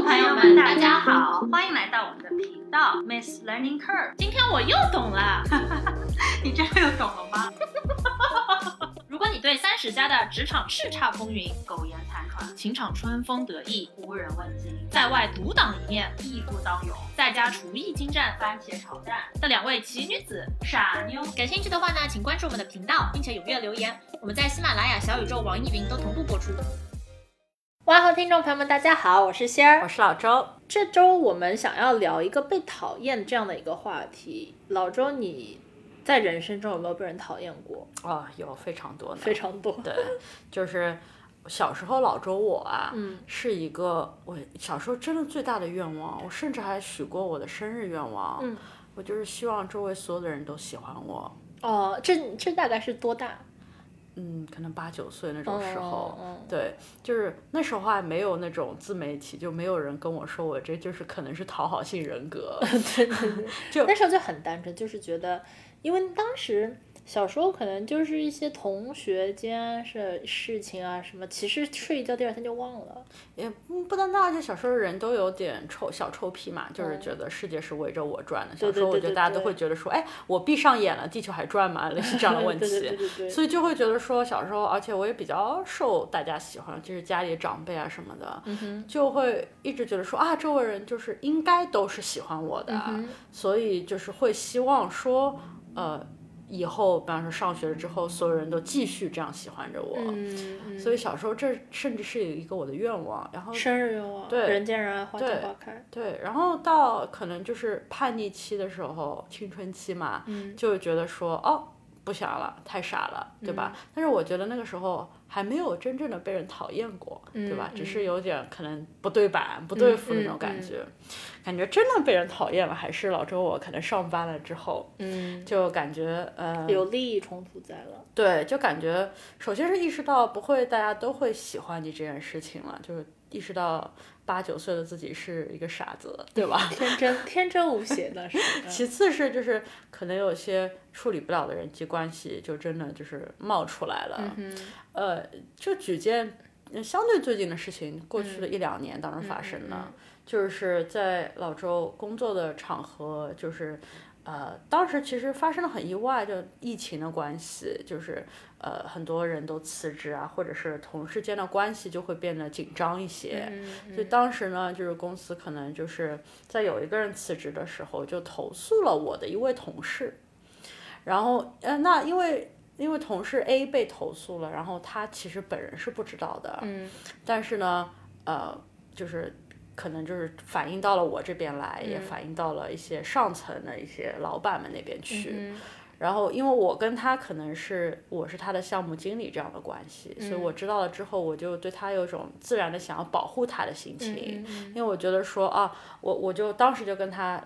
朋友们，大家好，欢迎来到我们的频道 Miss Learning Curve。今天我又懂了，你真的又懂了吗？如果你对30加的职场叱咤风云、苟延残喘、情场春风得意、无人问津，在外独当一面、义不当勇，在家厨艺精湛、番茄炒蛋的2位奇女子傻妞， 感兴趣的话呢，请关注我们的频道，并且踊跃留言。我们在喜马拉雅、小宇宙、网易云都同步播出。 哇好，听众朋友们，大家好，我是仙儿， 我是老周。 这周我们想要聊一个被讨厌这样的一个话题。老周，你在人生中有没有被人讨厌过？ 有非常多呢， 非常多。 对，就是小时候老周我啊，是一个我小时候真的最大的愿望，我甚至还许过我的生日愿望，我就是希望周围所有的人都喜欢我。 这大概是多大？ 可能8、9岁那种时候，对，就是那时候还没有那种自媒体，就没有人跟我说我这就是可能是讨好性人格。 对，就那时候就很单纯，就是觉得，因为当时小时候可能就是一些同学间是事情啊什么，其实睡一觉第二天就忘了。 也不单单，而且小时候人都有点小臭屁嘛，就是觉得世界是围着我转的。小时候我觉得大家都会觉得说，哎，我闭上眼了，地球还转吗？类似这样的问题。 对， 所以就会觉得说小时候，而且我也比较受大家喜欢，就是家里长辈啊什么的，就会一直觉得说啊，周围人就是应该都是喜欢我的，所以就是会希望说，以后比方说上学了之后，所有人都继续这样喜欢着我，所以小时候这甚至是有一个我的愿望，然后生日愿望， 对， 人见人爱，花见花开， 对，然后到可能就是叛逆期的时候，青春期嘛，就觉得说不想了，太傻了，对吧？但是我觉得那个时候还没有真正的被人讨厌过，对吧？只是有点可能不对版、不对付那种感觉。感觉真的被人讨厌了，还是老周我可能上班了之后，就感觉有利益冲突在了。 对，就感觉首先是意识到不会大家都会喜欢你这件事情了，就是意识到8、9岁的自己是一个傻子，对吧？ 天真无邪的是。 其次是就是可能有些处理不了的人际关系，就真的就是冒出来了。就举件相对最近的事情，过去的1、2年当中发生的，就是在老周工作的场合，就是当时其实发生的很意外，就疫情的关系，就是很多人都辞职啊，或者是同事间的关系就会变得紧张一些。所以当时呢，就是公司可能就是在有一个人辞职的时候，就投诉了我的一位同事。然后那因为同事 A 被投诉了，然后他其实本人是不知道的，但是呢，就是可能就是反映到了我这边来，也反映到了一些上层的一些老板们那边去。然后因为我跟他可能我是他的项目经理这样的关系，所以我知道了之后，我就对他有一种自然的想要保护他的心情，因为我觉得说我就当时就跟他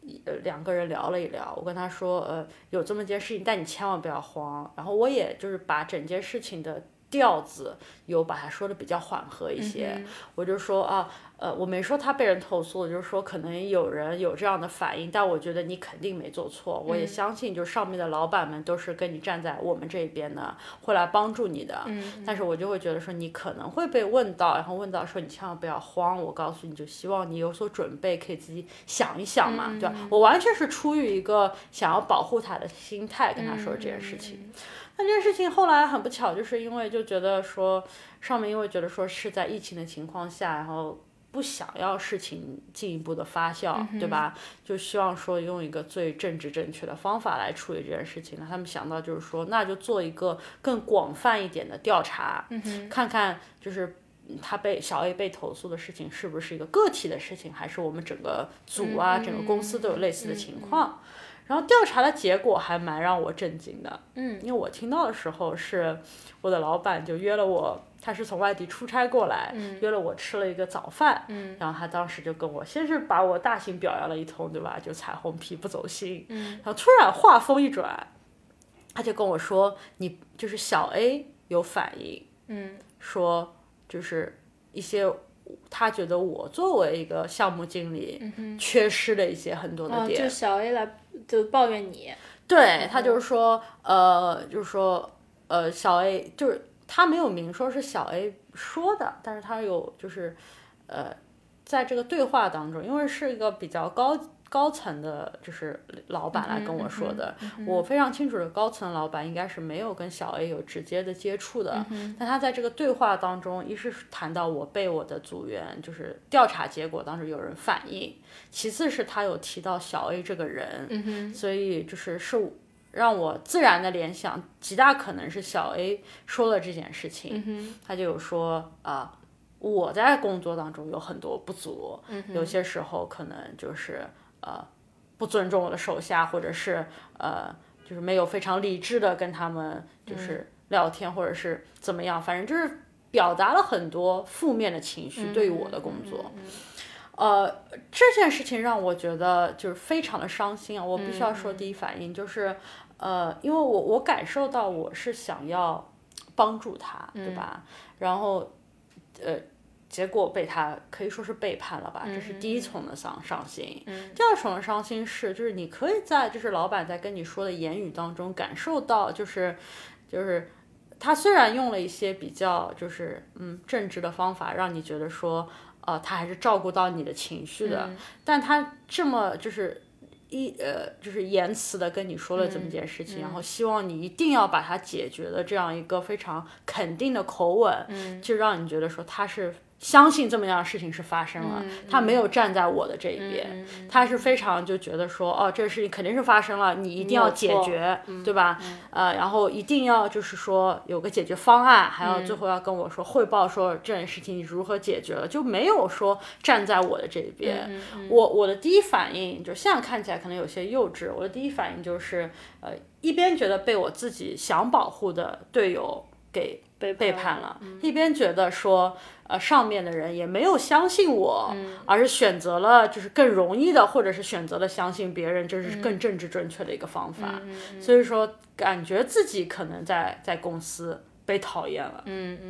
2个人聊了一聊，我跟他说有这么件事情，但你千万不要慌，然后我也就是把整件事情的调子有把它说的比较缓和一些，我就说我没说他被人投诉，就是说可能有人有这样的反应，但我觉得你肯定没做错，我也相信就上面的老板们都是跟你站在我们这边的，会来帮助你的，但是我就会觉得说你可能会被问到，然后问到说你千万不要慌，我告诉你就希望你有所准备，可以自己想一想嘛，对吧？我完全是出于一个想要保护他的心态跟他说这件事情。那这件事情后来很不巧，就是因为就觉得说上面因为觉得说是在疫情的情况下，然后不想要事情进一步的发酵，对吧？就希望说用一个最政治正确的方法来处理这件事情。那他们想到就是说，那就做一个更广泛一点的调查，看看就是小 A 被投诉的事情是不是一个个体的事情，还是我们整个组啊、整个公司都有类似的情况。然后调查的结果还蛮让我震惊的，因为我听到的时候是我的老板就约了我，他是从外地出差过来，约了我吃了一个早饭，然后他当时就跟我先是把我大型表扬了一通，对吧？就彩虹屁不走心，然后突然话锋一转，他就跟我说你就是小 A 有反应，说就是一些他觉得我作为一个项目经理，缺失了一些很多的点， 就小 A 来就抱怨你， 对，他就是说小 A 就是他没有明说是小 A 说的，但是他有就是在这个对话当中，因为是一个比较高层的，就是老板来跟我说的，我非常清楚的高层老板应该是没有跟小 A 有直接的接触的，但他在这个对话当中，一是谈到我被我的组员就是调查结果当中有人反映，其次是他有提到小 A 这个人，所以就是让我自然的联想，极大可能是小 A 说了这件事情，他就有说我在工作当中有很多不足，有些时候可能就是不尊重我的手下，或者是就是没有非常理智的跟他们就是聊天，或者是怎么样，反正就是表达了很多负面的情绪对于我的工作。这件事情让我觉得就是非常的伤心啊！我必须要说，第一反应就是因为我感受到我是想要帮助他，对吧？然后结果被他可以说是背叛了吧，这是第一重的伤心。第二重的伤心是，就是你可以在就是老板在跟你说的言语当中感受到，就是他虽然用了一些比较就是正直的方法，让你觉得说他还是照顾到你的情绪的，但他这么就是就是言辞的跟你说了这么件事情，然后希望你一定要把它解决的这样一个非常肯定的口吻，就让你觉得说他是相信这么样的事情是发生了，他没有站在我的这一边，他是非常就觉得说这个事情肯定是发生了，你一定要解决，对吧？然后一定要就是说有个解决方案，还要最后要跟我说汇报说这件事情你如何解决了，就没有说站在我的这一边。我的第一反应就现在看起来可能有些幼稚，我的第一反应就是一边觉得被我自己想保护的队友给背叛了，一边觉得说上面的人也没有相信我，而是选择了就是更容易的，或者是选择了相信别人，这是更政治正确的一个方法。所以说感觉自己可能在公司被讨厌了。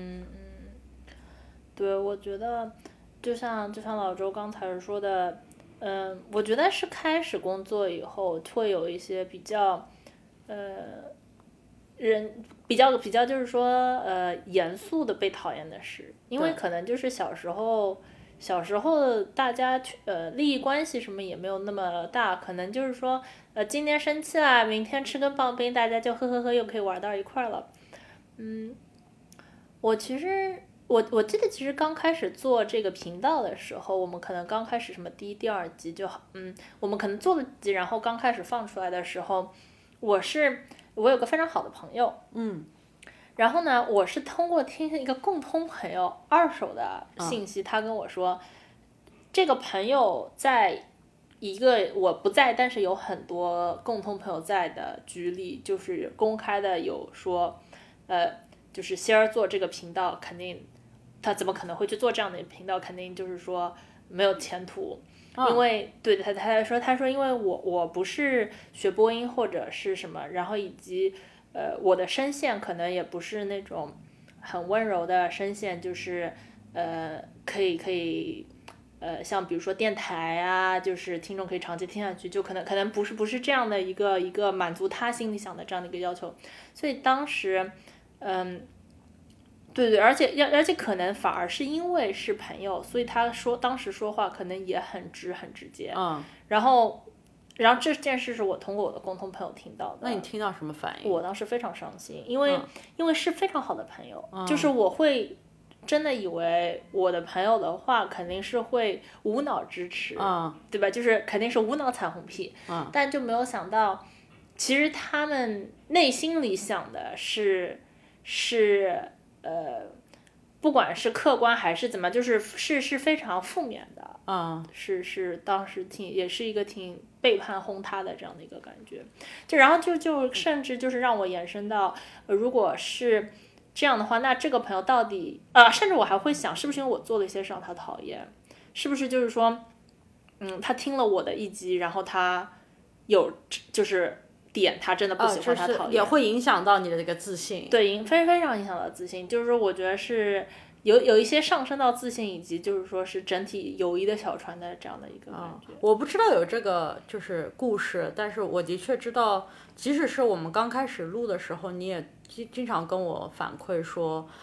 对，我觉得就像老周刚才说的，我觉得是开始工作以后会有一些比较人比较就是说严肃的被讨厌的事，因为可能就是小时候大家利益关系什么也没有那么大，可能就是说今天生气啦，明天吃根棒冰，大家就呵又可以玩到一块了。我其实我记得其实刚开始做这个频道的时候，我们可能刚开始什么第一、第二集就我们可能做了集，然后刚开始放出来的时候，我有个非常好的朋友，然后呢，我是通过听一个共同朋友二手的信息，他跟我说，这个朋友在一个我不在，但是有很多共同朋友在的局里，就是公开的有说，就是仙儿做这个频道，肯定他怎么可能会去做这样的频道？肯定就是说没有前途。因为对他说因为我不是学播音或者是什么，然后以及我的声线可能也不是那种很温柔的声线，就是可以像比如说电台啊，就是听众可以长期听下去，就可能不是这样的一个满足他心里想的这样的一个要求，所以当时对，而且可能反而是因为是朋友，所以他当时说话可能也很直接。然后这件事是我通过我的共同朋友听到的。 那你听到什么反应？ 我当时非常伤心，因为是非常好的朋友，就是我会真的以为我的朋友的话肯定是会无脑支持，对吧？就是肯定是无脑彩虹屁，但就没有想到，其实他们内心里想的是不管是客观还是怎么，就是非常负面的，是当时也是一个挺背叛轰他的这样的一个感觉，然后就甚至就是让我延伸到，如果是这样的话，那这个朋友到底甚至我还会想，是不是因为我做了一些事让他讨厌，是不是就是说，他听了我的一集，然后他有就是点他真的不喜欢他讨厌， 也会影响到你的这个自信。 对，非常影响到自信，就是说我觉得是有一些上升到自信，以及就是说是整体友谊的小船的这样的一个感觉。 我不知道有这个就是故事，但是我的确知道，即使是我们刚开始录的时候，你也经常跟我反馈说，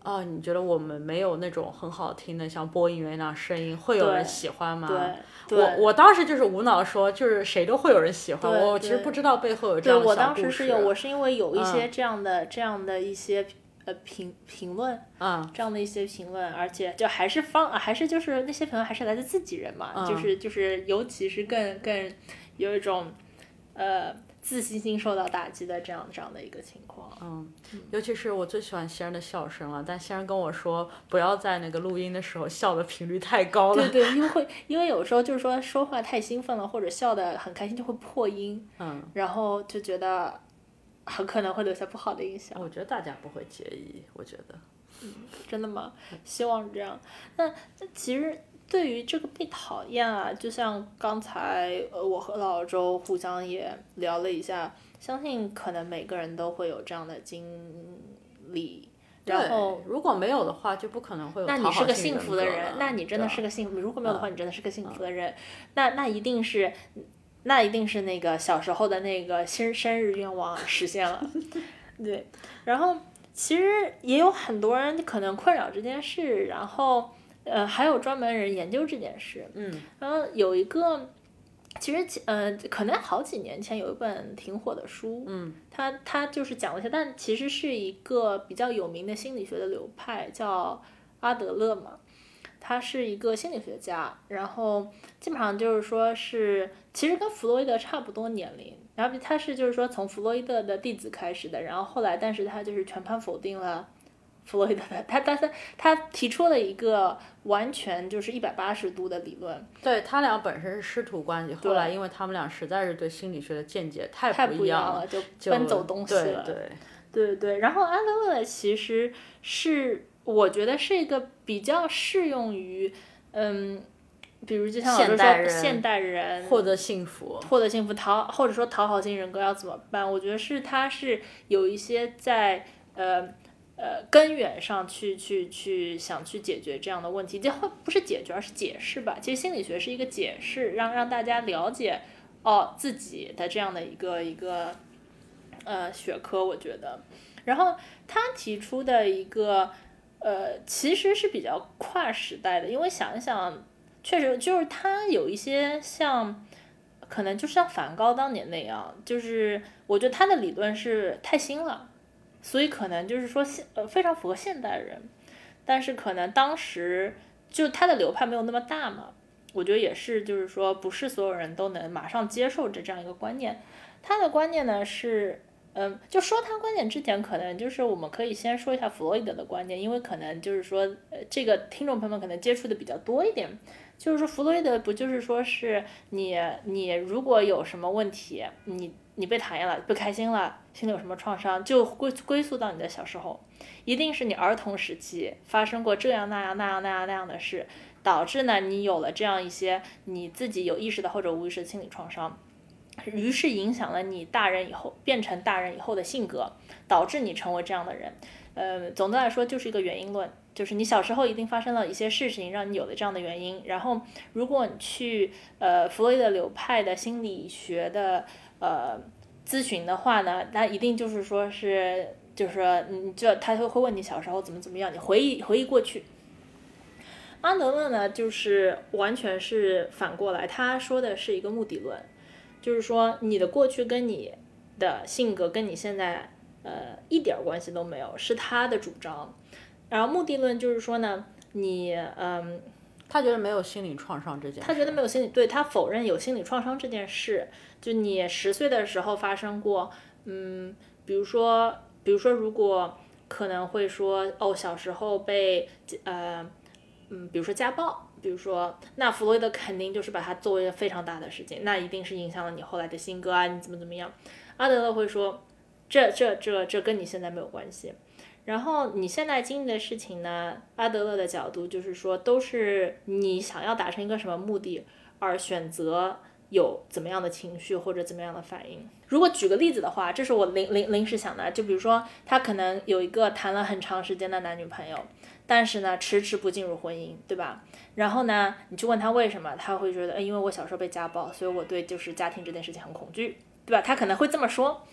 哦，你觉得我们没有那种很好听的像播音员那样声音，会有人喜欢吗？我当时就是无脑说，就是谁都会有人喜欢。我其实不知道背后有这样的小故事。 对，我当时是有，我是因为有一些这样的一些评论，这样的一些评论，而且就还是就是那些评论还是来自自己人嘛，就是尤其是更有一种自信心受到打击的这样的一个情况。 尤其是我最喜欢仙人的笑声了，但仙人跟我说不要在那个录音的时候笑的频率太高了。 对，因为有时候就是说话太兴奋了，或者笑得很开心就会破音，然后就觉得很可能会留下不好的印象。 我觉得大家不会介意，我觉得。 真的吗？希望这样。那其实对于这个被讨厌啊，就像刚才我和老周互相也聊了一下，相信可能每个人都会有这样的经历。然后如果没有的话，就不可能会有讨好那你是个幸性人福的人格了， 那你真的是个幸福。如果没有的话，你真的是个幸福的人。那一定是那个小时候的那个生日愿望实现了。对，然后其实也有很多人可能困扰这件事，然后还有专门人研究这件事。然后有一个，其实可能好几年前有一本挺火的书，它就是讲了一下，但其实是一个比较有名的心理学的流派，叫阿德勒嘛。他是一个心理学家，然后基本上就是说是，其实跟弗洛伊德差不多年龄，然后他是就是说从弗洛伊德的弟子开始的，然后后来但是他就是全盘否定了弗洛伊德的，他提出了一个完全就是180度的理论。 对，他俩本身是师徒关系，后来因为他们俩实在是对心理学的见解太不一样了， 就奔走东西了。对，然后阿德勒其实是我觉得是一个比较适用于比如就像老师说现代人获得幸福或者说讨好型人格要怎么办，我觉得他是有一些在根源上去想去解决这样的问题，就不是解决而是解释吧。其实心理学是一个解释，让大家了解自己的这样的一个学科，我觉得。然后他提出的一个其实是比较跨时代的，因为想一想，确实就是他有一些像，可能就像梵高当年那样，就是我觉得他的理论是太新了，所以可能就是说非常符合现代人，但是可能当时就他的流派没有那么大嘛，我觉得也是，就是说不是所有人都能马上接受这样一个观念。他的观念呢是。就说他观点之前，可能就是我们可以先说一下弗洛伊德的观点，因为可能就是说，这个听众朋友们可能接触的比较多一点。就是说，弗洛伊德不就是说是你如果有什么问题，你被讨厌了，不开心了，心里有什么创伤，就归宿到你的小时候，一定是你儿童时期发生过这样那样的事，导致呢你有了这样一些你自己有意识的或者无意识的心理创伤。于是影响了你变成大人以后的性格，导致你成为这样的人。总的来说就是一个原因论，就是你小时候一定发生了一些事情让你有了这样的原因。然后如果你去弗洛伊德流派的心理学的咨询的话呢，那一定就是说是他会问你小时候怎么样，你回忆过去。阿德勒呢就是完全是反过来，他说的是一个目的论。就是说你的过去跟你的性格跟你现在一点关系都没有，是他的主张。然后目的论就是说呢， 他觉得没有心理创伤这件事， 他觉得没有对，他否认有心理创伤这件事。就你10岁的时候发生过，比如说如果可能会说小时候被比如说家暴。比如说，那弗洛伊德肯定就是把它作为一个非常大的事情，那一定是影响了你后来的性格啊，你怎么样？阿德勒会说，这跟你现在没有关系。然后你现在经历的事情呢，阿德勒的角度就是说，都是你想要达成一个什么目的而选择有怎么样的情绪或者怎么样的反应。如果举个例子的话，这是我临时想的，就比如说他可能有一个谈了很长时间的男女朋友，但是呢迟迟不进入婚姻，对吧？然后呢你去问他为什么，他会觉得因为我小时候被家暴，所以我对就是家庭这件事情很恐惧，对吧？他可能会这么说。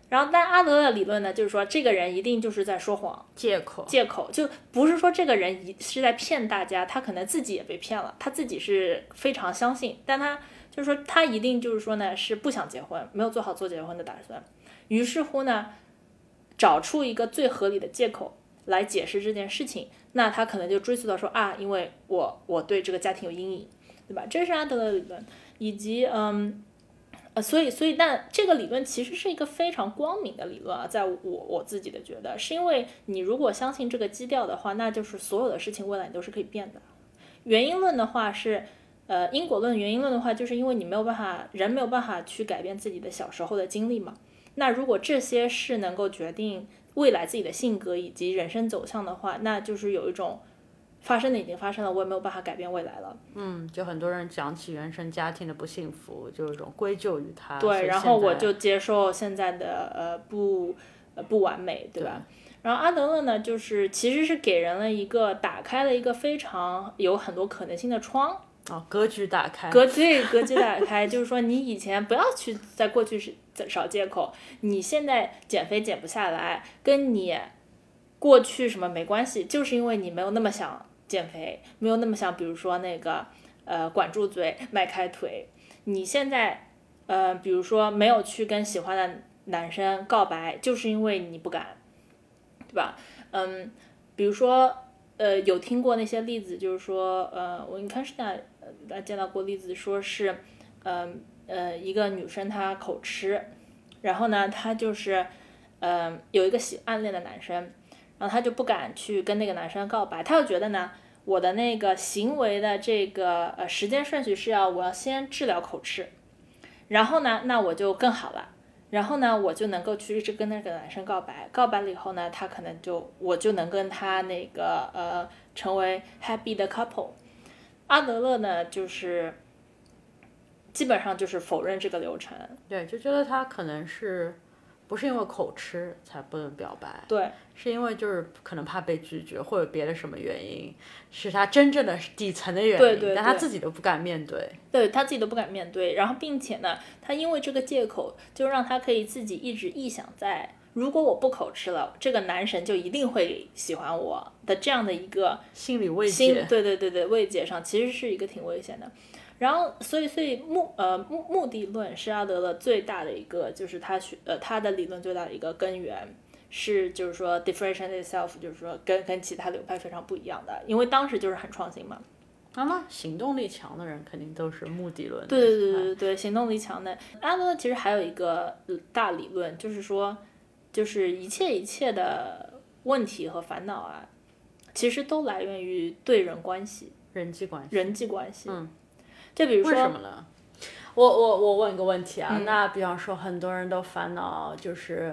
然后但阿德勒的理论呢，就是说这个人一定就是在说谎， 借口， 就不是说这个人是在骗大家，他可能自己也被骗了，他自己是非常相信，但他就是说他一定就是说呢是不想结婚，没有做好结婚的打算，于是乎呢找出一个最合理的借口来解释这件事情，那他可能就追溯到说啊，因为我对这个家庭有阴影，对吧？这是阿德勒的理论，以及所以但这个理论其实是一个非常光明的理论啊，在我自己的觉得，是因为你如果相信这个基调的话，那就是所有的事情未来你都是可以变的。原因论的话是因果论，原因论的话就是因为你没有办法，人没有办法去改变自己的小时候的经历嘛。那如果这些是能够决定未来自己的性格以及人生走向的话，那就是有一种发生的已经发生了，我也没有办法改变未来了。 就很多人讲起原生家庭的不幸福，就有一种归咎于他。 对，然后我就接受现在的不完美，对吧？然后阿德勒呢，就是其实是给人了一个打开了一个非常有很多可能性的窗。 格局打开。 格局打开，就是说你以前不要去在过去是找借口，你现在减肥减不下来，跟你过去什么没关系，就是因为你没有那么想减肥，没有那么想，比如说那个管住嘴，迈开腿。你现在比如说没有去跟喜欢的男生告白，就是因为你不敢，对吧？比如说有听过那些例子，就是说我看是见到过例子，说是一个女生她口吃，然后呢她就是有一个暗恋的男生，然后她就不敢去跟那个男生告白，她就觉得呢我的那个行为的这个时间顺序是我要先治疗口吃，然后呢那我就更好了，然后呢我就能够去一直跟那个男生告白，告白了以后呢他可能我就能跟他那个成为 happy 的 couple。 阿德勒呢就是基本上就是否认这个流程， 对，就觉得他可能是不是因为口吃才不能表白， 对， 是因为就是可能怕被拒绝或者别的什么原因，是他真正的底层的原因， 对， 但他自己都不敢面对。 对，他自己都不敢面对，然后并且呢他因为这个借口就让他可以自己一直臆想在如果我不口吃了，这个男神就一定会喜欢我的这样的一个心理慰藉。 对慰藉上其实是一个挺危险的。然后所以目的论是阿德勒最大的一个，就是他的理论最大的一个根源是就是说 differentiate itself， 就是说跟其他流派非常不一样的，因为当时就是很创新嘛。 那行动力强的人肯定都是目的论的。 对，行动力强的。阿德勒其实还有一个大理论，就是说就是一切的问题和烦恼啊，其实都来源于对人关系、 人际关系。 就比如说为什么呢？我问一个问题啊，那比方说很多人都烦恼就是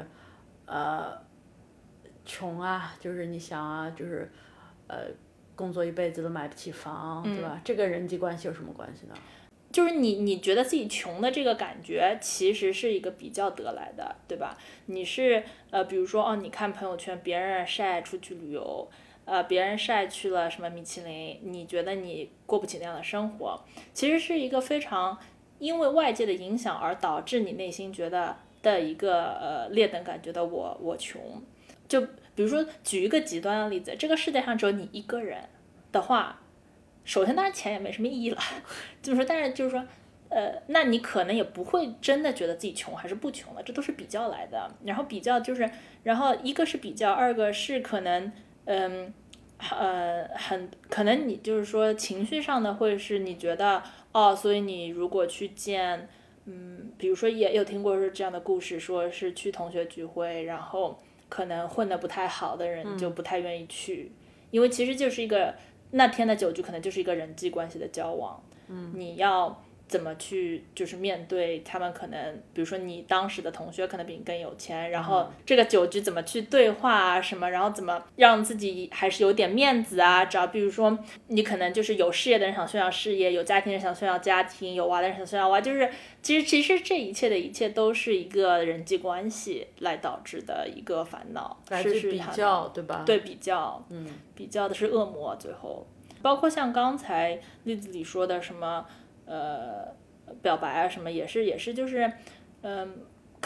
穷啊，就是你想啊，就是工作一辈子都买不起房，对吧？这跟人际关系有什么关系呢？ 就是你觉得自己穷的这个感觉其实是一个比较得来的，对吧？你是比如说你看朋友圈别人晒出去旅游，别人晒去了什么米其林，你觉得你过不起那样的生活，其实是一个非常因为外界的影响而导致你内心觉得的一个劣等感，觉得我穷。就比如说举一个极端的例子，这个世界上只有你一个人的话，首先当然钱也没什么意义了，就是说，但是就是说那你可能也不会真的觉得自己穷还是不穷了，这都是比较来的。然后比较就是，然后一个是比较，二个是可能很可能你就是说情绪上的会是你觉得所以你如果去见比如说也有听过是这样的故事，说是去同学聚会，然后可能混得不太好的人就不太愿意去，因为其实就是一个那天的酒局可能就是一个人际关系的交往，你要怎么去就是面对他们，可能比如说你当时的同学可能比你更有钱，然后这个酒局怎么去对话啊什么，然后怎么让自己还是有点面子啊，比如说你可能就是有事业的人想炫耀事业，有家庭的人想炫耀家庭，有娃的人想炫耀娃，就是其实这一切都是一个人际关系来导致的一个烦恼， 来自比较，对吧？ 对，比较比较的是恶魔，最后包括像刚才例子里说的什么表白啊什么，也是就是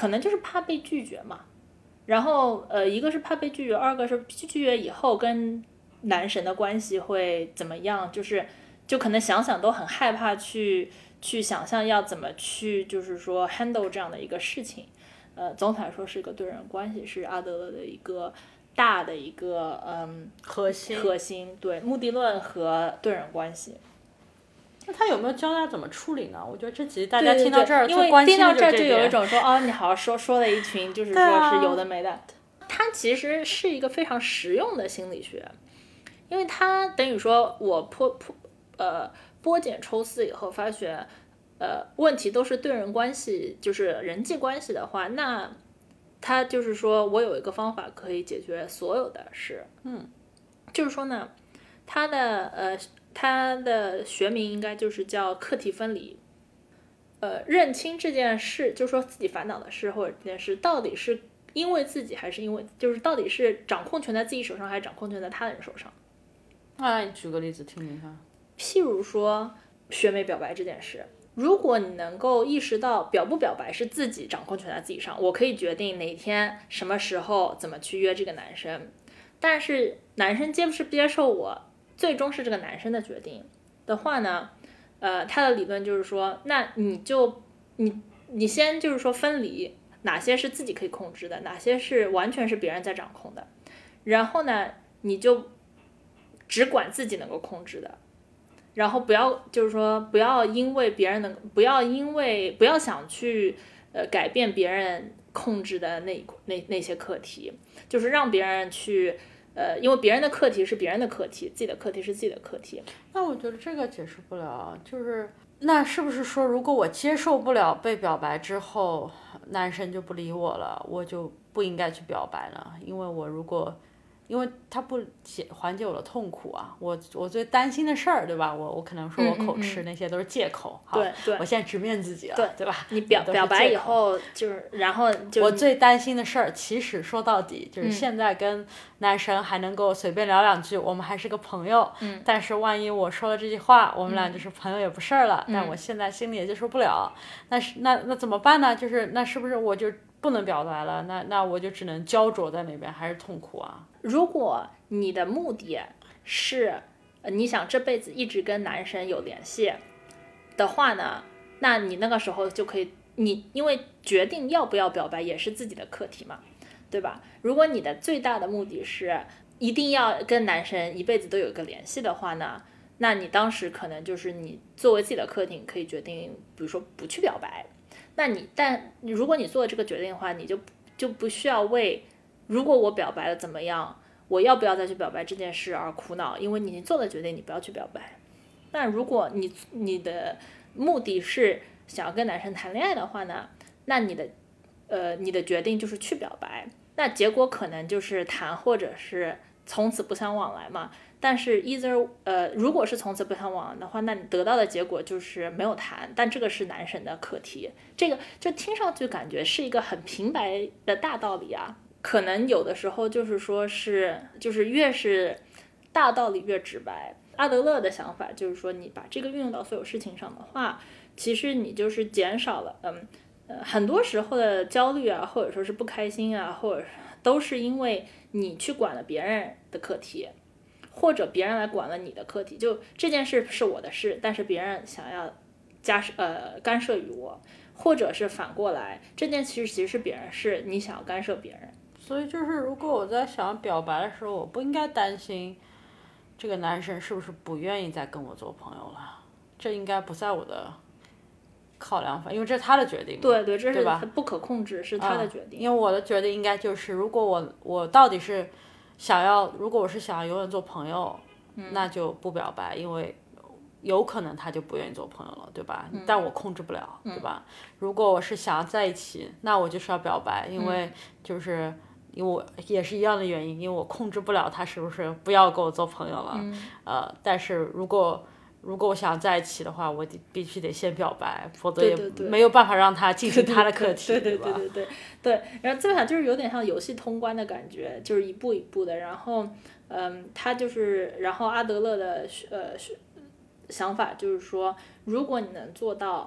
可能就是怕被拒绝嘛。然后一个是怕被拒绝，二个是拒绝以后跟男神的关系会怎么样，就可能想想都很害怕去想象要怎么去就是说 handle 这样的一个事情。总体来说是一个对人关系，是阿德勒的一个大的一个核心对目的论和对人关系。 那他有没有教大家怎么处理呢？我觉得这集大家听到这儿， 因为听到这儿就有一种说你好好说了一群就是说是有的没的。它其实是一个非常实用的心理学，因为它等于说我剥茧抽丝以后发现。问题都是对人关系，就是人际关系的话，那他就是说我有一个方法可以解决所有的事。就是说呢，他的学名应该就是叫课题分离。认清这件事，就是说自己烦恼的事或者这件事到底是因为自己还是因为，就是到底是掌控权在自己手上还是掌控权在他人手上。 那你举个例子听听看。 譬如说学妹表白这件事。如果你能够意识到表不表白是自己掌控权在自己上，我可以决定哪天什么时候怎么去约这个男生，但是男生接不接受我最终是这个男生的决定的话呢，他的理论就是说，那你先就是说分离哪些是自己可以控制的，哪些是完全是别人在掌控的，然后呢你就只管自己能够控制的，然后不要就是说不要因为别人不要想去改变别人控制的那些课题，就是让别人去因为别人的课题是别人的课题，自己的课题是自己的课题。 那我觉得这个解释不了，就是那是不是说如果我接受不了被表白之后男生就不理我了，我就不应该去表白了？因为他不缓解我的痛苦啊，我最担心的事儿，对吧？我可能说我口吃那些都是借口。 对， 我现在直面自己了，对吧？ 你表白以后然后我最担心的事儿，其实说到底就是现在跟男神还能够随便聊两句，我们还是个朋友。但是万一我说了这句话，我们俩就是朋友也不事儿了。但我现在心里也接受不了，那怎么办呢？就是那是不是我就不能表白了？那我就只能焦灼在那边，还是痛苦啊？ 如果你的目的是你想这辈子一直跟男神有联系的话呢，那你那个时候就可以，因为决定要不要表白也是自己的课题嘛，对吧？如果你的最大的目的是一定要跟男神一辈子都有一个联系的话呢，那你当时可能就是你作为自己的课题，你可以决定比如说不去表白。但如果你做了这个决定的话，你就不需要为如果我表白了怎么样，我要不要再去表白这件事而苦恼，因为你已经做了决定，你不要去表白。但如果你的目的是想要跟男生谈恋爱的话呢，那你的决定就是去表白，那结果可能就是谈或者是从此不相往来嘛。但是如果是从此不相往来的话，那你得到的结果就是没有谈，但这个是男神的课题，这个就听上去感觉是一个很平白的大道理啊。可能有的时候就是说就是越是大道理越直白。阿德勒的想法就是说，你把这个运用到所有事情上的话，其实你就是减少了很多时候的焦虑啊，或者说是不开心啊，或者都是因为你去管了别人的课题，或者别人来管了你的课题。就这件事是我的事，但是别人想要干涉于我，或者是反过来，这件其实是别人事，你想要干涉别人。 所以就是如果我在想表白的时候，我不应该担心这个男生是不是不愿意再跟我做朋友了，这应该不在我的考量范，因为这是他的决定。 对，这是不可控制，是他的决定。 因为我的决定应该就是，如果我到底是如果我是想要永远做朋友，那就不表白，因为有可能他就不愿意做朋友了，对吧？但我控制不了，对吧？如果我是想要在一起，那我就是要表白，因为我也是一样的原因，因为我控制不了他是不是不要跟我做朋友了。但是如果我想在一起的话，我必须得先表白，否则也没有办法让他进行他的课题， 对吧？对。然后基本上就是有点像游戏通关的感觉，就是一步一步的。然后他就是然后阿德勒的想法就是说，如果你能做到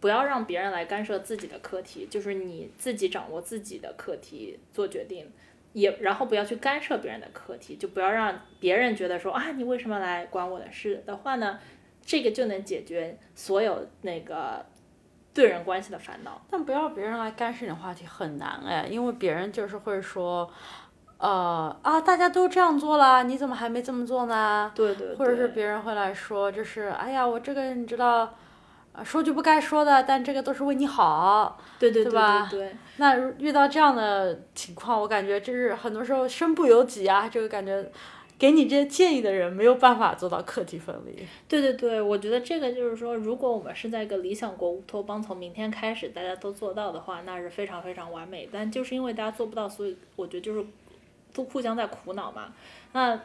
不要让别人来干涉自己的课题，就是你自己掌握自己的课题做决定，然后不要去干涉别人的课题，就不要让别人觉得说啊你为什么来管我的事的话呢，这个就能解决所有那个对人关系的烦恼。 但不要别人来干涉你的话题很难哎，因为别人就是会说大家都这样做了，你怎么还没这么做呢？ 对对对， 或者是别人会来说，就是哎呀，我这个你知道，说句不该说的，但这个都是为你好， 对对对吧？ 对对。 那遇到这样的情况，我感觉就是很多时候身不由己啊，这个感觉。给你这些建议的人没有办法做到课题分离。 对对对，我觉得这个就是说，如果我们是在一个理想国乌托邦，从明天开始大家都做到的话，那是非常非常完美。但就是因为大家做不到，所以我觉得就是都互相在苦恼嘛。那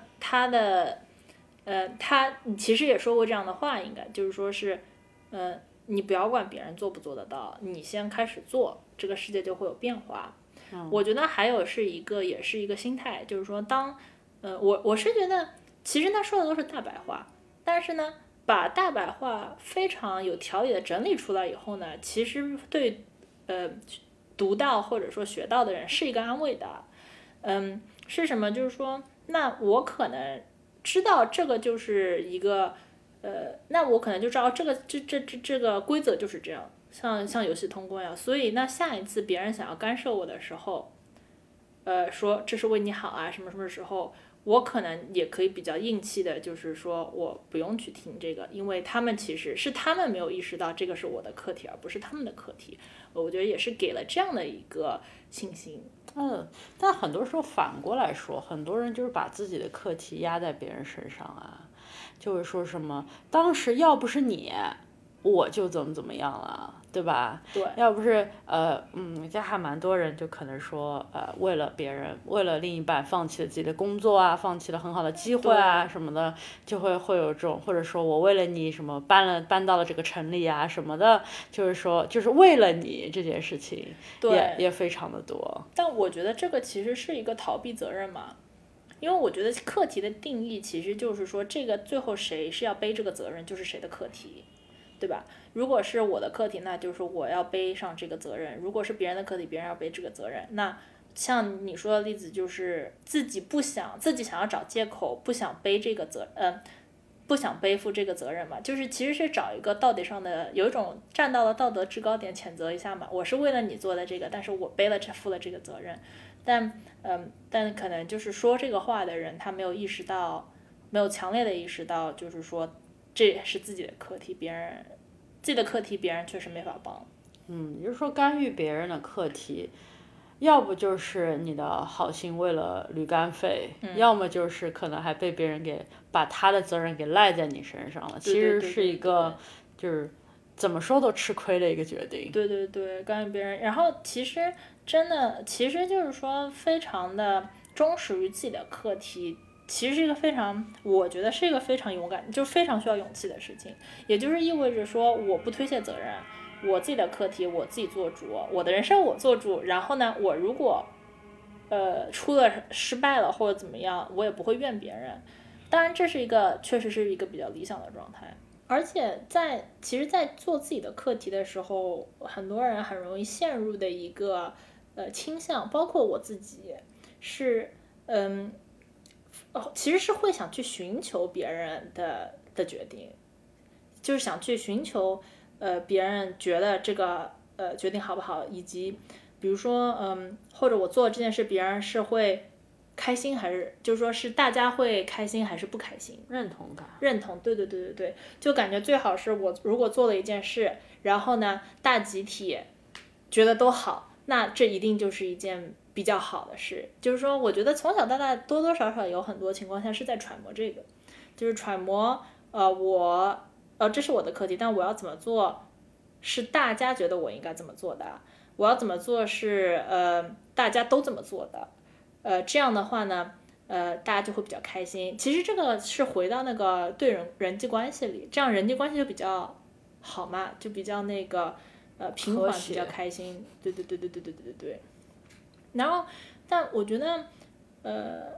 他其实也说过这样的话，应该就是说是，你不要管别人做不做得到，你先开始做，这个世界就会有变化。我觉得还有也是一个心态，就是说我是觉得，其实他说的都是大白话，但是呢，把大白话非常有条理的整理出来以后呢，其实对读到或者说学到的人是一个安慰的。是什么？就是说，那我可能知道这个就是一个那我可能就知道这个规则就是这样，像游戏通关呀。所以那下一次别人想要干涉我的时候，说这是为你好啊什么什么时候。我可能也可以比较硬气的，就是说我不用去听这个，因为他们其实是他们没有意识到这个是我的课题，而不是他们的课题。我觉得也是给了这样的一个信心。 但很多时候反过来说，很多人就是把自己的课题压在别人身上啊，就是说什么当时要不是你，我就怎么样了。对吧？ 对， 要不是这还蛮多人就可能说为了别人，为了另一半放弃了自己的工作啊，放弃了很好的机会啊什么的，就会有这种，或者说我为了你什么搬到了这个城里啊什么的，就是说就是为了你这件事情，也非常的多。 但我觉得这个其实是一个逃避责任嘛，因为我觉得课题的定义其实就是说这个最后谁是要背这个责任，就是谁的课题。对吧？如果是我的课题，那就是我要背上这个责任；如果是别人的课题，别人要背这个责任。那像你说的例子，就是自己想要找借口，不想背这个不想背负这个责任嘛，就是其实是找一个道德上的，有一种站到了道德制高点谴责一下嘛。我是为了你做的这个，但是我负了这个责任。但可能就是说这个话的人，他没有强烈的意识到，就是说。这也是自己的课题，自己的课题别人确实没法帮。 也就是说干预别人的课题，要不就是你的好心为了驴肝肺，要么就是可能还被别人把他的责任给赖在你身上了。其实是一个就是怎么说都吃亏的一个决定。 对对对，干预别人，然后其实就是说非常的忠实于自己的课题。其实是一个我觉得是一个非常勇敢，就非常需要勇气的事情。也就是意味着说，我不推卸责任，我自己的课题我自己做主，我的人生我做主。然后呢，我如果失败了或者怎么样，我也不会怨别人。当然，这是确实是一个比较理想的状态。而且其实，在做自己的课题的时候，很多人很容易陷入的一个倾向，包括我自己是其实是会想去寻求别人的决定，就是想去寻求别人觉得这个决定好不好，以及比如说或者我做这件事别人是会开心还是就是说是大家会开心还是不开心， 认同感， 对，就感觉最好是我如果做了一件事，然后呢大集体觉得都好，那这一定就是一件比较好的事。就是说我觉得从小到大多多少少有很多情况下是在揣摩这个，就是揣摩这是我的课题，但我要怎么做是大家觉得我应该这么做的，我要怎么做是大家都这么做的，这样的话呢大家就会比较开心。其实这个是回到那个对人际关系里，这样人际关系就比较好嘛，就比较那个平缓，比较开心。对。然后但我觉得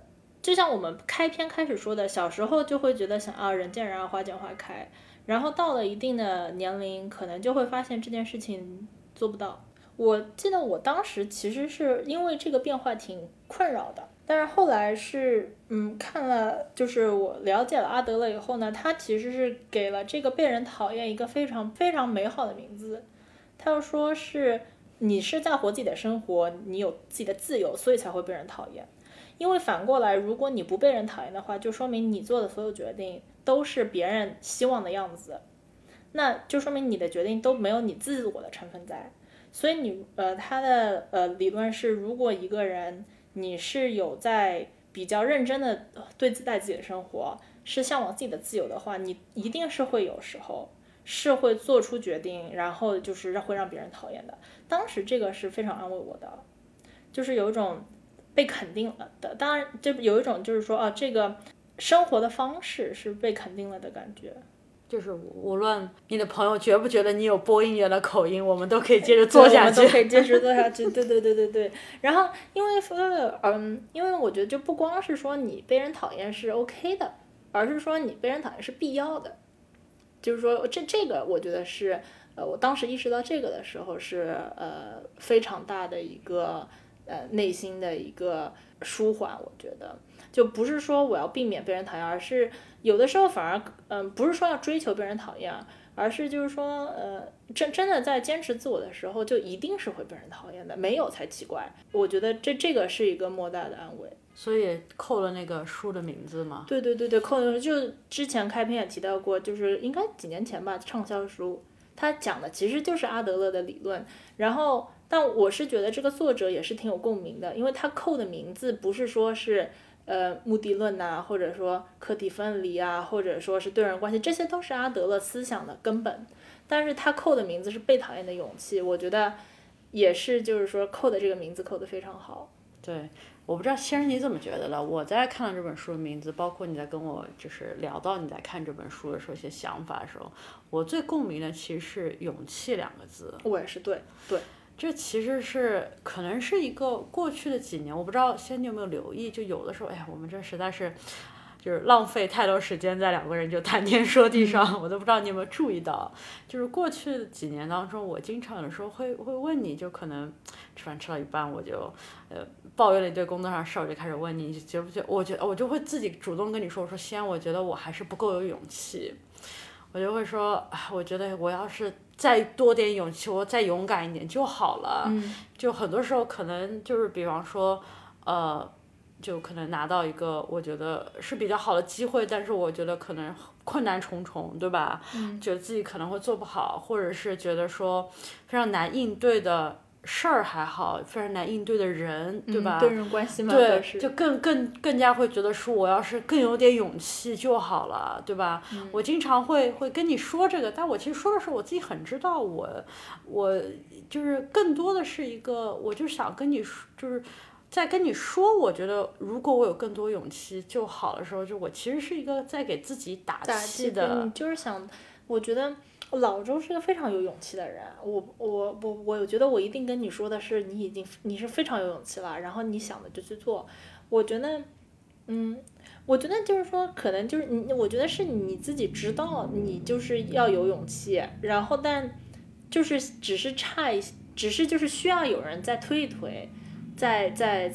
就像我们开篇开始说的，小时候就会觉得想人见人爱花见花开，然后到了一定的年龄，可能就会发现这件事情做不到。我记得我当时其实是因为这个变化挺困扰的，但是后来是看了，就是我了解了阿德勒以后呢，他其实是给了这个被人讨厌一个非常非常美好的名字。他又说是你是在活自己的生活，你有自己的自由，所以才会被人讨厌。因为反过来，如果你不被人讨厌的话，就说明你做的所有决定都是别人希望的样子，那就说明你的决定都没有你自我的成分在。所以他的理论是，如果一个人你是有在比较认真的对待自己的生活，是向往自己的自由的话，你一定是会有时候是会做出决定，然后就是会让别人讨厌的。当时这个是非常安慰我的，就是有一种被肯定了的，当然就有一种就是说这个生活的方式是被肯定了的感觉。 就是无论你的朋友觉不觉得你有播音员的口音，我们都可以接着做下去。 我们都可以接着做下去，对。然后因为我觉得就不光是说你被人讨厌是 OK 的，而是说你被人讨厌是必要的。就是说这个我觉得是我当时意识到这个的时候是非常大的一个内心的一个舒缓。我觉得就不是说我要避免被人讨厌，而是有的时候反而不是说要追求被人讨厌，而是就是说真的在坚持自我的时候，就一定是会被人讨厌的，没有才奇怪。我觉得这个是一个莫大的安慰。 所以扣了那个书的名字嘛。 对，扣了，就之前开篇也提到过，就是应该几年前吧，畅销书，他讲的其实就是阿德勒的理论。然后但我是觉得这个作者也是挺有共鸣的，因为他扣的名字不是说是目的论呐，或者说课题分离啊，或者说是对人关系，这些都是阿德勒思想的根本。但是他扣的名字是被讨厌的勇气，我觉得也是就是说扣的这个名字扣得非常好。 对，我不知道先生你怎么觉得了。我在看到这本书的名字，包括你在跟我就是聊到你在看这本书的时候一些想法的时候，我最共鸣的其实是勇气2个字。 我也是，对。 这其实是可能是一个过去的几年，我不知道先你有没有留意，就有的时候我们这实在是就是浪费太多时间在2个人就谈天说地上，我都不知道你有没有注意到，就是过去的几年当中，我经常有的时候会问你，就可能吃饭吃到一半，我就抱怨了一堆工作上的事，我就开始问你觉不觉得，我就会自己主动跟你说，我说先我觉得我还是不够有勇气，我就会说我觉得我要是再多点勇气，我再勇敢一点就好了。就很多时候可能就是比方说就可能拿到一个我觉得是比较好的机会，但是我觉得可能困难重重，对吧？觉得自己可能会做不好，或者是觉得说非常难应对的事儿还好，非常难应对的人，对吧？ 对人关系嘛， 对，就更加会觉得说我要是更有点勇气就好了，对吧？我经常会跟你说这个，但我其实说的时候我自己很知道我就是更多的是一个，我就想跟你说，就是在跟你说，我觉得如果我有更多勇气就好的时候，就我其实是一个在给自己打气的。 你就是想，我觉得老周是个非常有勇气的人，我觉得我一定跟你说的是，你是非常有勇气了，然后你想的就去做。我觉得就是说，可能就是我觉得是你自己知道，你就是要有勇气，然后但就是只是就是需要有人再推一推，再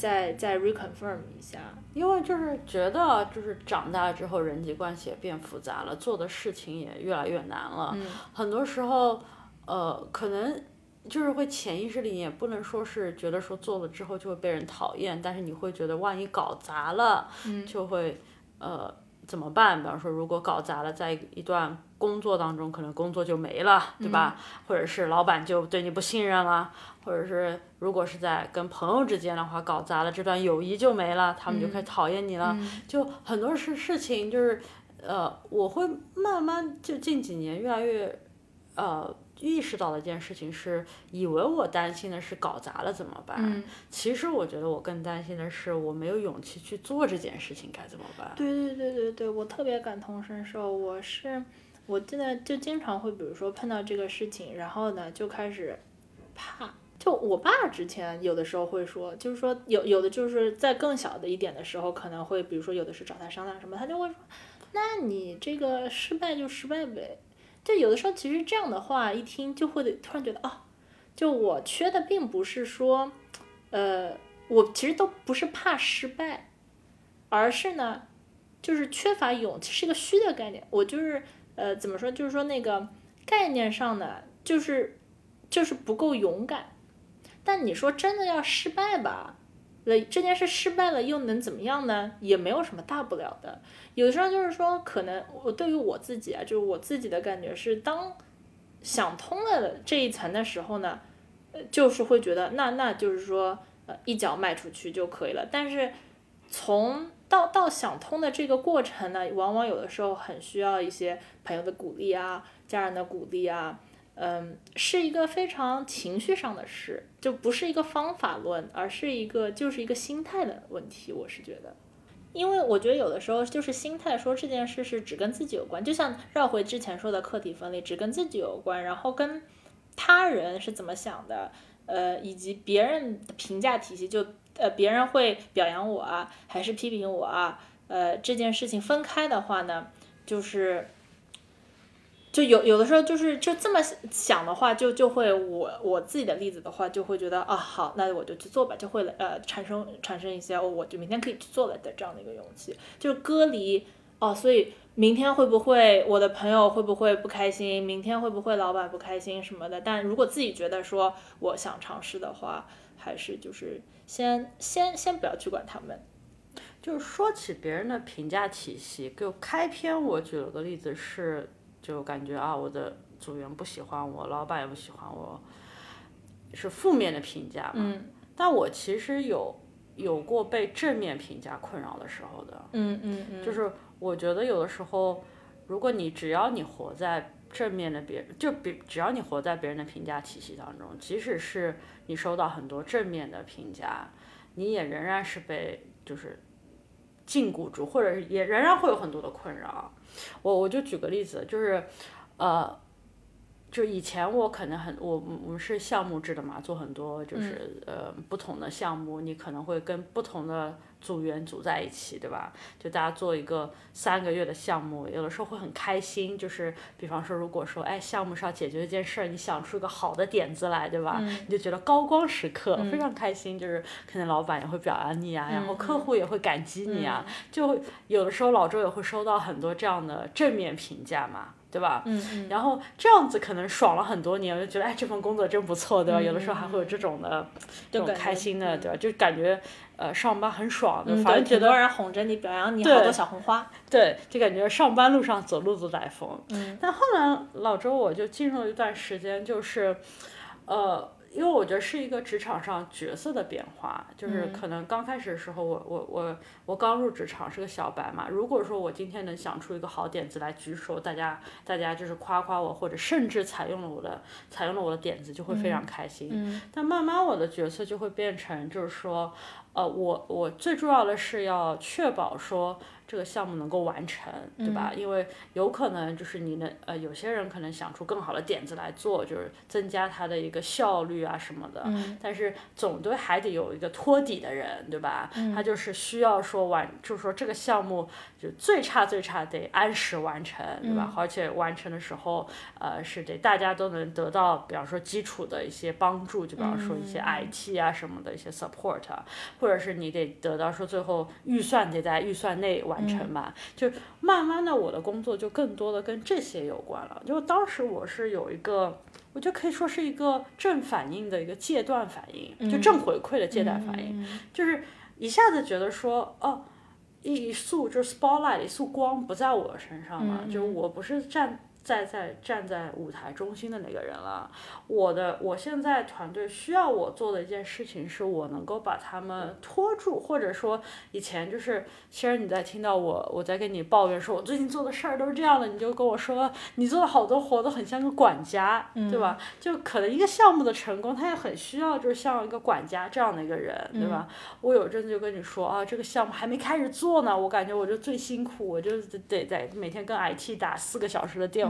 reconfirm 一下。 因为就是觉得就是长大之后人际关系也变复杂了，做的事情也越来越难了。很多时候可能就是会潜意识里也不能说是觉得说做了之后就会被人讨厌，但是你会觉得万一搞砸了就会怎么办？比方说如果搞砸了，在一段工作当中可能工作就没了，对吧？或者是老板就对你不信任了，或者是如果是在跟朋友之间的话搞砸了，这段友谊就没了，他们就开始讨厌你了。就很多事情就是我会慢慢就近几年越来越意识到的一件事情是，以为我担心的是搞砸了怎么办？其实我觉得我更担心的是我没有勇气去做这件事情该怎么办？ 对，我特别感同身受。我记得就经常会，比如说碰到这个事情，然后呢就开始怕， 就我爸之前有的时候会说，就是说有的就是在更小的一点的时候，可能会比如说有的是找他商量什么，他就会说，那你这个失败就失败呗。就有的时候其实这样的话一听就会突然觉得就我缺的并不是说，我其实都不是怕失败，而是呢，就是缺乏勇气，是一个虚的概念。我就是怎么说，就是说那个概念上呢，就是不够勇敢。但你说真的要失败吧，这件事失败了又能怎么样呢？也没有什么大不了的。有的时候就是说，可能对于我自己啊，就是我自己的感觉是，当想通了这一层的时候呢，就是会觉得那就是说，一脚迈出去就可以了。但是从到想通的这个过程呢，往往有的时候很需要一些朋友的鼓励啊，家人的鼓励啊。是一个非常情绪上的事，就不是一个方法论，而是就是一个心态的问题，我是觉得。因为我觉得有的时候就是心态说这件事是只跟自己有关，就像绕回之前说的课题分离，只跟自己有关，然后跟他人是怎么想的，以及别人的评价体系，就别人会表扬我啊，还是批评我啊，这件事情分开的话呢，就有的时候就这么想的话，就会我自己的例子的话，就会觉得好，那我就去做吧，就会产生一些我就明天可以去做了的这样的一个勇气，就是割离所以明天会不会我的朋友会不会不开心，明天会不会老板不开心什么的，但如果自己觉得说我想尝试的话，还是就是先不要去管他们。 就是说起别人的评价体系，就开篇我举了个例子是。就感觉我的组员不喜欢我，老板也不喜欢我，是负面的评价嘛。但我其实有过被正面评价困扰的时候的。就是我觉得有的时候，如果只要你活在正面的只要你活在别人的评价体系当中，即使是你收到很多正面的评价，你也仍然是被就是禁锢住，或者是也仍然会有很多的困扰。我就举个例子，就是就以前我可能我们是项目制的嘛，做很多就是不同的项目，你可能会跟不同的组员组在一起，对吧？就大家做一个3个月的项目，有的时候会很开心，就是比方说如果说项目上解决一件事儿，你想出一个好的点子来，对吧？你就觉得高光时刻，非常开心，就是可能老板也会表扬你啊，然后客户也会感激你啊，就有的时候老周也会收到很多这样的正面评价嘛。对吧？然后这样子可能爽了很多年，我就觉得这份工作真不错，对吧？有的时候还会有这种开心的，对吧？就感觉上班很爽的，反正觉得挺多人哄着你，表扬你，好多小红花。 对，就感觉上班路上走路都带风。但后来老周我就进入了一段时间，就是因为我觉得是一个职场上角色的变化，就是可能刚开始的时候我刚入职场是个小白嘛，如果说我今天能想出一个好点子来举手，大家就是夸夸我，或者甚至采用了我的点子，就会非常开心。但慢慢我的角色就会变成就是说我最重要的是要确保说这个项目能够完成，对吧？因为有可能就是有些人可能想出更好的点子来做，就是增加他的一个效率啊什么的。但是总归还得有一个托底的人，对吧？他就是需要说就是说这个项目就最差得按时完成，对吧？而且完成的时候，是得大家都能得到，比方说基础的一些帮助，就比方说一些 IT 啊什么的一些 support 啊，或者是你得得到说最后预算得在预算内完成嘛。就慢慢的我的工作就更多的跟这些有关了。就当时我是有一个，我觉得可以说是一个正反应的一个戒断反应，就正回馈的戒断反应，就是一下子觉得说一束就是 spotlight 一束光不在我身上了，就是我不是站在舞台中心的那个人了。我现在团队需要我做的一件事情是我能够把他们拖住，或者说以前就是其实你在听到我在跟你抱怨说我最近做的事儿都是这样的，你就跟我说你做的好多活都很像个管家，对吧？就可能一个项目的成功他也很需要就是像一个管家这样的一个人，对吧？我有阵子就跟你说这个项目还没开始做呢，我感觉我就最辛苦，我就得每天跟 IT 打4个小时的电话，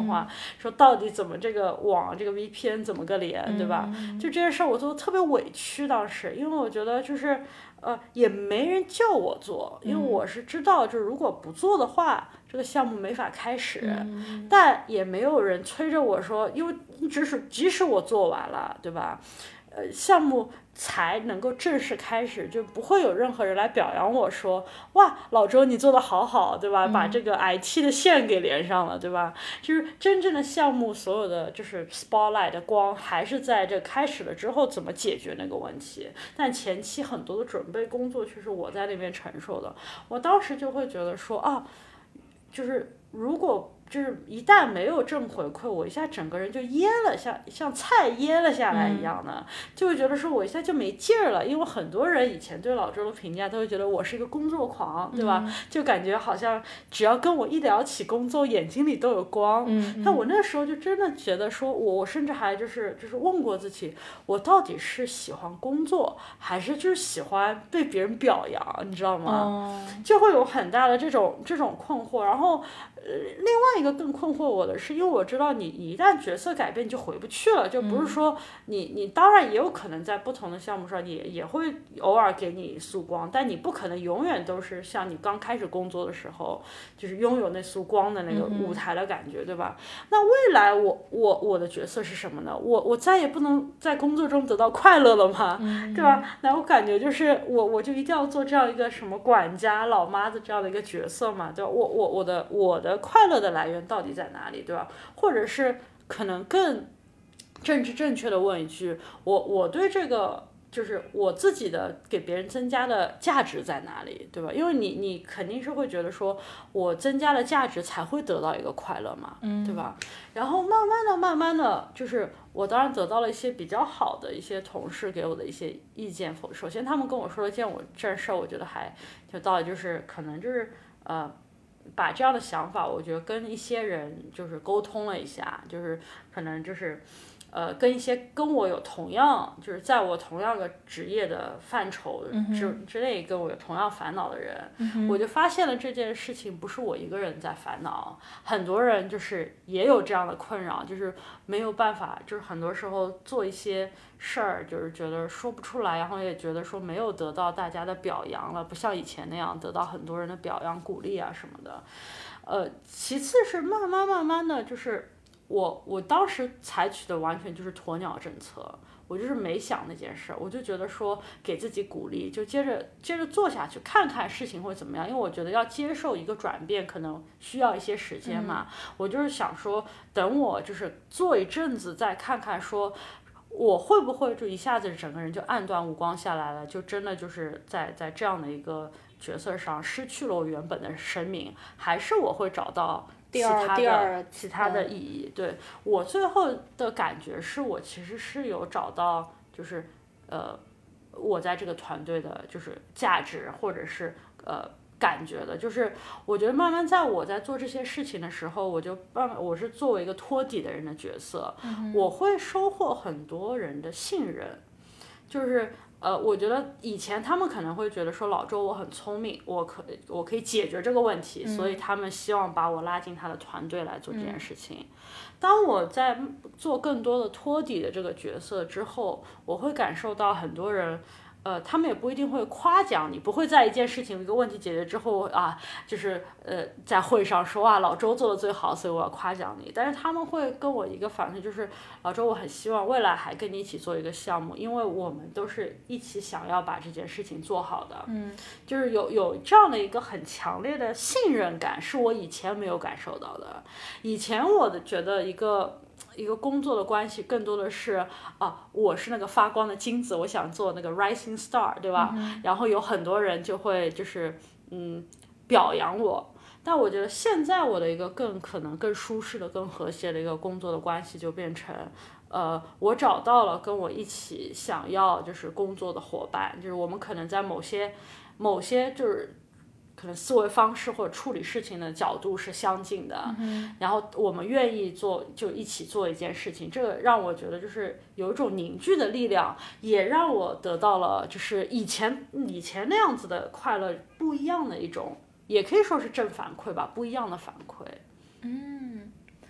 话，说到底怎么这个网这个 VPN 怎么个连，对吧？就这件事我做得特别委屈当时，因为我觉得就是也没人叫我做，因为我是知道就是如果不做的话，这个项目没法开始，但也没有人催着我说，因为即使我做完了，对吧？项目才能够正式开始，就不会有任何人来表扬我说，哇，老周你做得好好，对吧？把这个 IT 的线给连上了，对吧？就是真正的项目所有的就是 spotlight 的光还是在这开始了之后怎么解决那个问题，但前期很多的准备工作却是我在那边承受的，我当时就会觉得说就是如果就是一旦没有正回馈，我一下整个人就噎了，像菜噎了下来一样的，就会觉得说我一下就没劲儿了。因为很多人以前对老周的评价都会觉得我是一个工作狂，对吧？就感觉好像只要跟我一聊起工作，眼睛里都有光。但我那时候就真的觉得说，我甚至还就是问过自己，我到底是喜欢工作，还是就是喜欢被别人表扬，你知道吗？就会有很大的这种困惑，然后。另外一个更困惑我的是，因为我知道你一旦角色改变你就回不去了，就不是说你当然也有可能在不同的项目上也会偶尔给你束光，但你不可能永远都是像你刚开始工作的时候就是拥有那束光的那个舞台的感觉，对吧？那未来我的角色是什么呢？我再也不能在工作中得到快乐了吗？对吧？那我感觉就是我就一定要做这样一个什么管家老妈子这样的一个角色嘛，对吧？我的快乐的来源到底在哪里，对吧？或者是可能更政治正确的问一句，我对这个就是我自己的给别人增加的价值在哪里，对吧？因为你肯定是会觉得说我增加了价值才会得到一个快乐嘛，对吧？然后慢慢的就是我当然得到了一些比较好的一些同事给我的一些意见，首先他们跟我说了件这事儿，我觉得还有道理，就是可能就是把这样的想法，我觉得跟一些人就是沟通了一下，就是可能就是跟一些跟我有同样就是在我同样的职业的范畴之内跟我有同样烦恼的人，我就发现了这件事情不是我一个人在烦恼，很多人就是也有这样的困扰，就是没有办法，就是很多时候做一些事儿就是觉得说不出来，然后也觉得说没有得到大家的表扬了，不像以前那样得到很多人的表扬鼓励啊什么的。其次是慢慢的就是我当时采取的完全就是鸵鸟政策，我就是没想那件事，我就觉得说给自己鼓励，就接着做下去，看看事情会怎么样。因为我觉得要接受一个转变，可能需要一些时间嘛。我就是想说，等我就是做一阵子，再看看说，我会不会就一下子整个人就暗断无光下来了，就真的就是在这样的一个角色上失去了我原本的生命，还是我会找到其他的意义。对，我最后的感觉是我其实是有找到就是我在这个团队的就是价值或者是感觉的，就是我觉得慢慢在我在做这些事情的时候，我是作为一个托底的人的角色，我会收获很多人的信任，就是我觉得以前他们可能会觉得说老周我很聪明，我可以解决这个问题，所以他们希望把我拉进他的团队来做这件事情。当我在做更多的托底的这个角色之后，我会感受到很多人。他们也不一定会夸奖你，不会在一件事情一个问题解决之后啊，就是在会上说啊老周做的最好，所以我要夸奖你。但是他们会跟我一个反馈，就是老周我很希望未来还跟你一起做一个项目，因为我们都是一起想要把这件事情做好的。就是有这样的一个很强烈的信任感，是我以前没有感受到的。以前我觉得一个工作的关系更多的是我是那个发光的金子，我想做那个 rising star， 对吧？然后有很多人就会就是表扬我。但我觉得现在我的一个可能更舒适的、更和谐的一个工作的关系，就变成我找到了跟我一起想要就是工作的伙伴，就是我们可能在某些就是可能思维方式或者处理事情的角度是相近的，然后我们愿意就一起做一件事情，这个让我觉得就是有一种凝聚的力量，也让我得到了就是以前那样子的快乐，不一样的一种，也可以说是正反馈吧，不一样的反馈。 那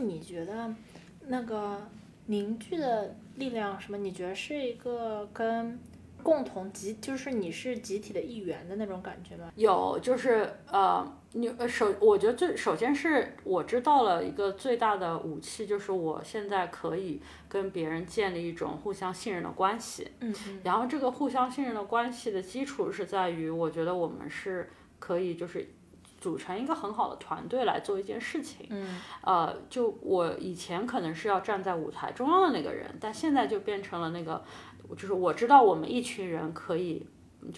你觉得那个凝聚的力量什么？你觉得是一个跟共同就是你是集体的一员的那种感觉吗？ 有，就是我觉得首先是我知道了一个最大的武器，就是我现在可以跟别人建立一种互相信任的关系。然后这个互相信任的关系的基础是在于，我觉得我们是可以就是组成一个很好的团队来做一件事情。就我以前可能是要站在舞台中央的那个人，但现在就变成了那个，就是我知道我们一群人可以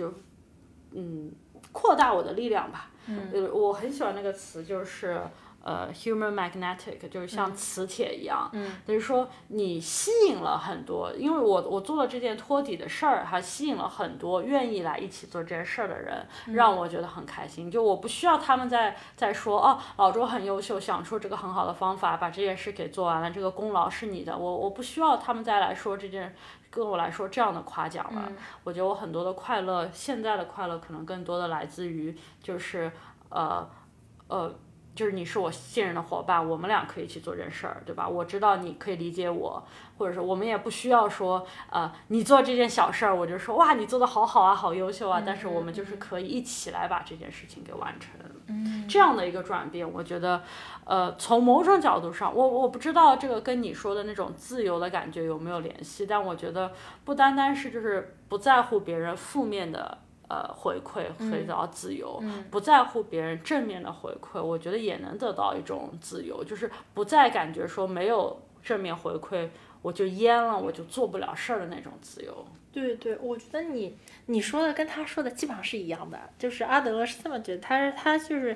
扩大我的力量吧。我很喜欢那个词，就是human magnetic， 就是像磁铁一样。等于说你吸引了很多，因为我做了这件托底的事儿，还吸引了很多愿意来一起做这件事儿的人，让我觉得很开心。就我不需要他们在说老周很优秀，想出这个很好的方法，把这件事给做完了，这个功劳是你的。我不需要他们再来说这件。跟我来说这样的夸奖了。我觉得我很多的快乐，现在的快乐可能更多的来自于就是就是你是我信任的伙伴，我们俩可以一起做这事儿，对吧？我知道你可以理解我，或者说我们也不需要说你做这件小事儿，我就说哇你做的好好啊，好优秀啊，但是我们就是可以一起来把这件事情给完成。这样的一个转变，我觉得从某种角度上，我不知道这个跟你说的那种自由的感觉有没有联系，但我觉得不单单是就是不在乎别人负面的回馈可以得到自由，不在乎别人正面的回馈，我觉得也能得到一种自由，就是不再感觉说没有正面回馈我就淹了，我就做不了事儿的那种自由。 对对，我觉得你说的跟他说的基本上是一样的，就是阿德勒是这么觉得，他就是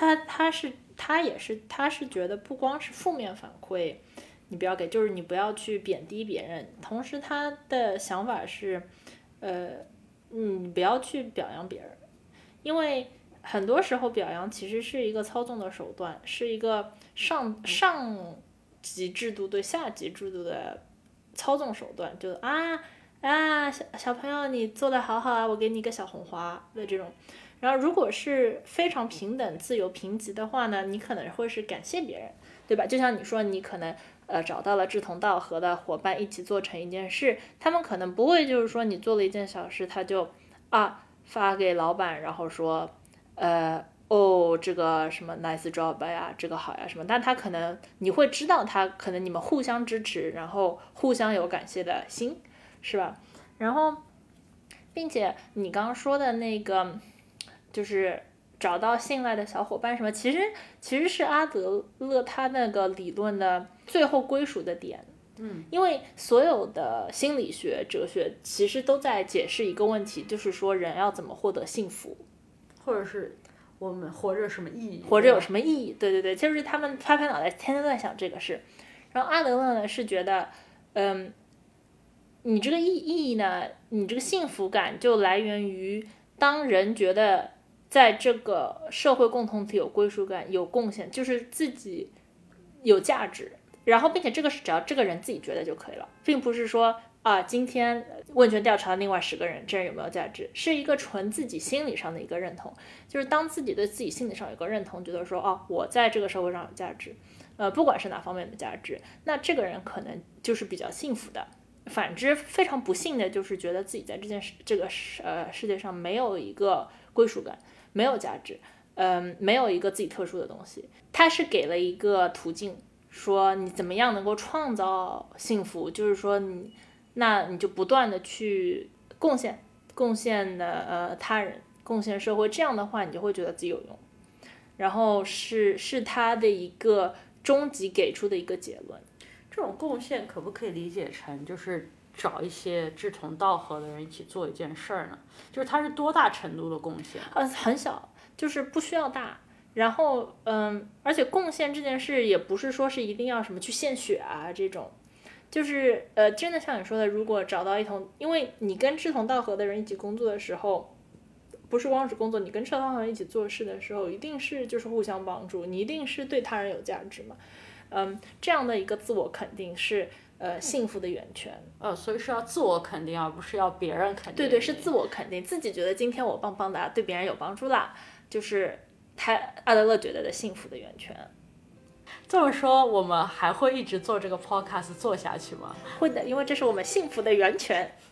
他是觉得不光是负面反馈，你不要给，就是你不要去贬低别人，同时他的想法是，你不要去表扬别人，因为很多时候表扬其实是一个操纵的手段，是一个上级制度对下级制度的操纵手段，就小朋友你做的好好啊，我给你一个小红花的这种。然后如果是非常平等、自由、平级的话呢，你可能会是感谢别人，对吧？就像你说，你可能找到了志同道合的伙伴一起做成一件事，他们可能不会就是说你做了一件小事，他就发给老板，然后说这个什么 nice job 呀，这个好呀什么，但他可能你会知道他可能你们互相支持，然后互相有感谢的心，是吧？然后并且你刚刚说的那个就是找到信赖的小伙伴什么，其实是阿德勒他那个理论的最后归属的点。因为所有的心理学、哲学其实都在解释一个问题，就是说人要怎么获得幸福， 或者是我们活着有什么意义， 活着有什么意义？对对对，就是他们拍脑袋，天天在想这个事。然后阿德勒呢是觉得，你这个意义呢，你这个幸福感就来源于当人觉得在这个社会共同体有归属感、有贡献，就是自己有价值。然后，并且这个是只要这个人自己觉得就可以了，并不是说今天问卷调查另外10个人，这人有没有价值，是一个纯自己心理上的一个认同。就是当自己对自己心理上有个认同，觉得说我在这个社会上有价值，不管是哪方面的价值，那这个人可能就是比较幸福的。反之，非常不幸的就是觉得自己在这个世界上没有一个归属感，没有价值，没有一个自己特殊的东西。他是给了一个途径，说你怎么样能够创造幸福，就是说那你就不断的去贡献的他人，贡献社会，这样的话你就会觉得自己有用。然后是他的一个终极给出的一个结论。 这种贡献可不可以理解成就是找一些志同道合的人一起做一件事儿呢？就是它是多大程度的贡献？ 很小，就是不需要大。然后而且贡献这件事也不是说是一定要什么去献血啊这种，就是真的像你说的，如果找到因为你跟志同道合的人一起工作的时候，不是光是工作，你跟志同道合的人一起做事的时候，一定是就是互相帮助，你一定是对他人有价值嘛。这样的一个自我肯定是幸福的源泉。 所以是要自我肯定，而不是要别人肯定。 对对，是自我肯定，自己觉得今天我棒棒哒，对别人有帮助啦，就是阿德勒觉得的幸福的源泉。 这么说，我们还会一直做这个 podcast 做下去吗？ 会的，因为这是我们幸福的源泉。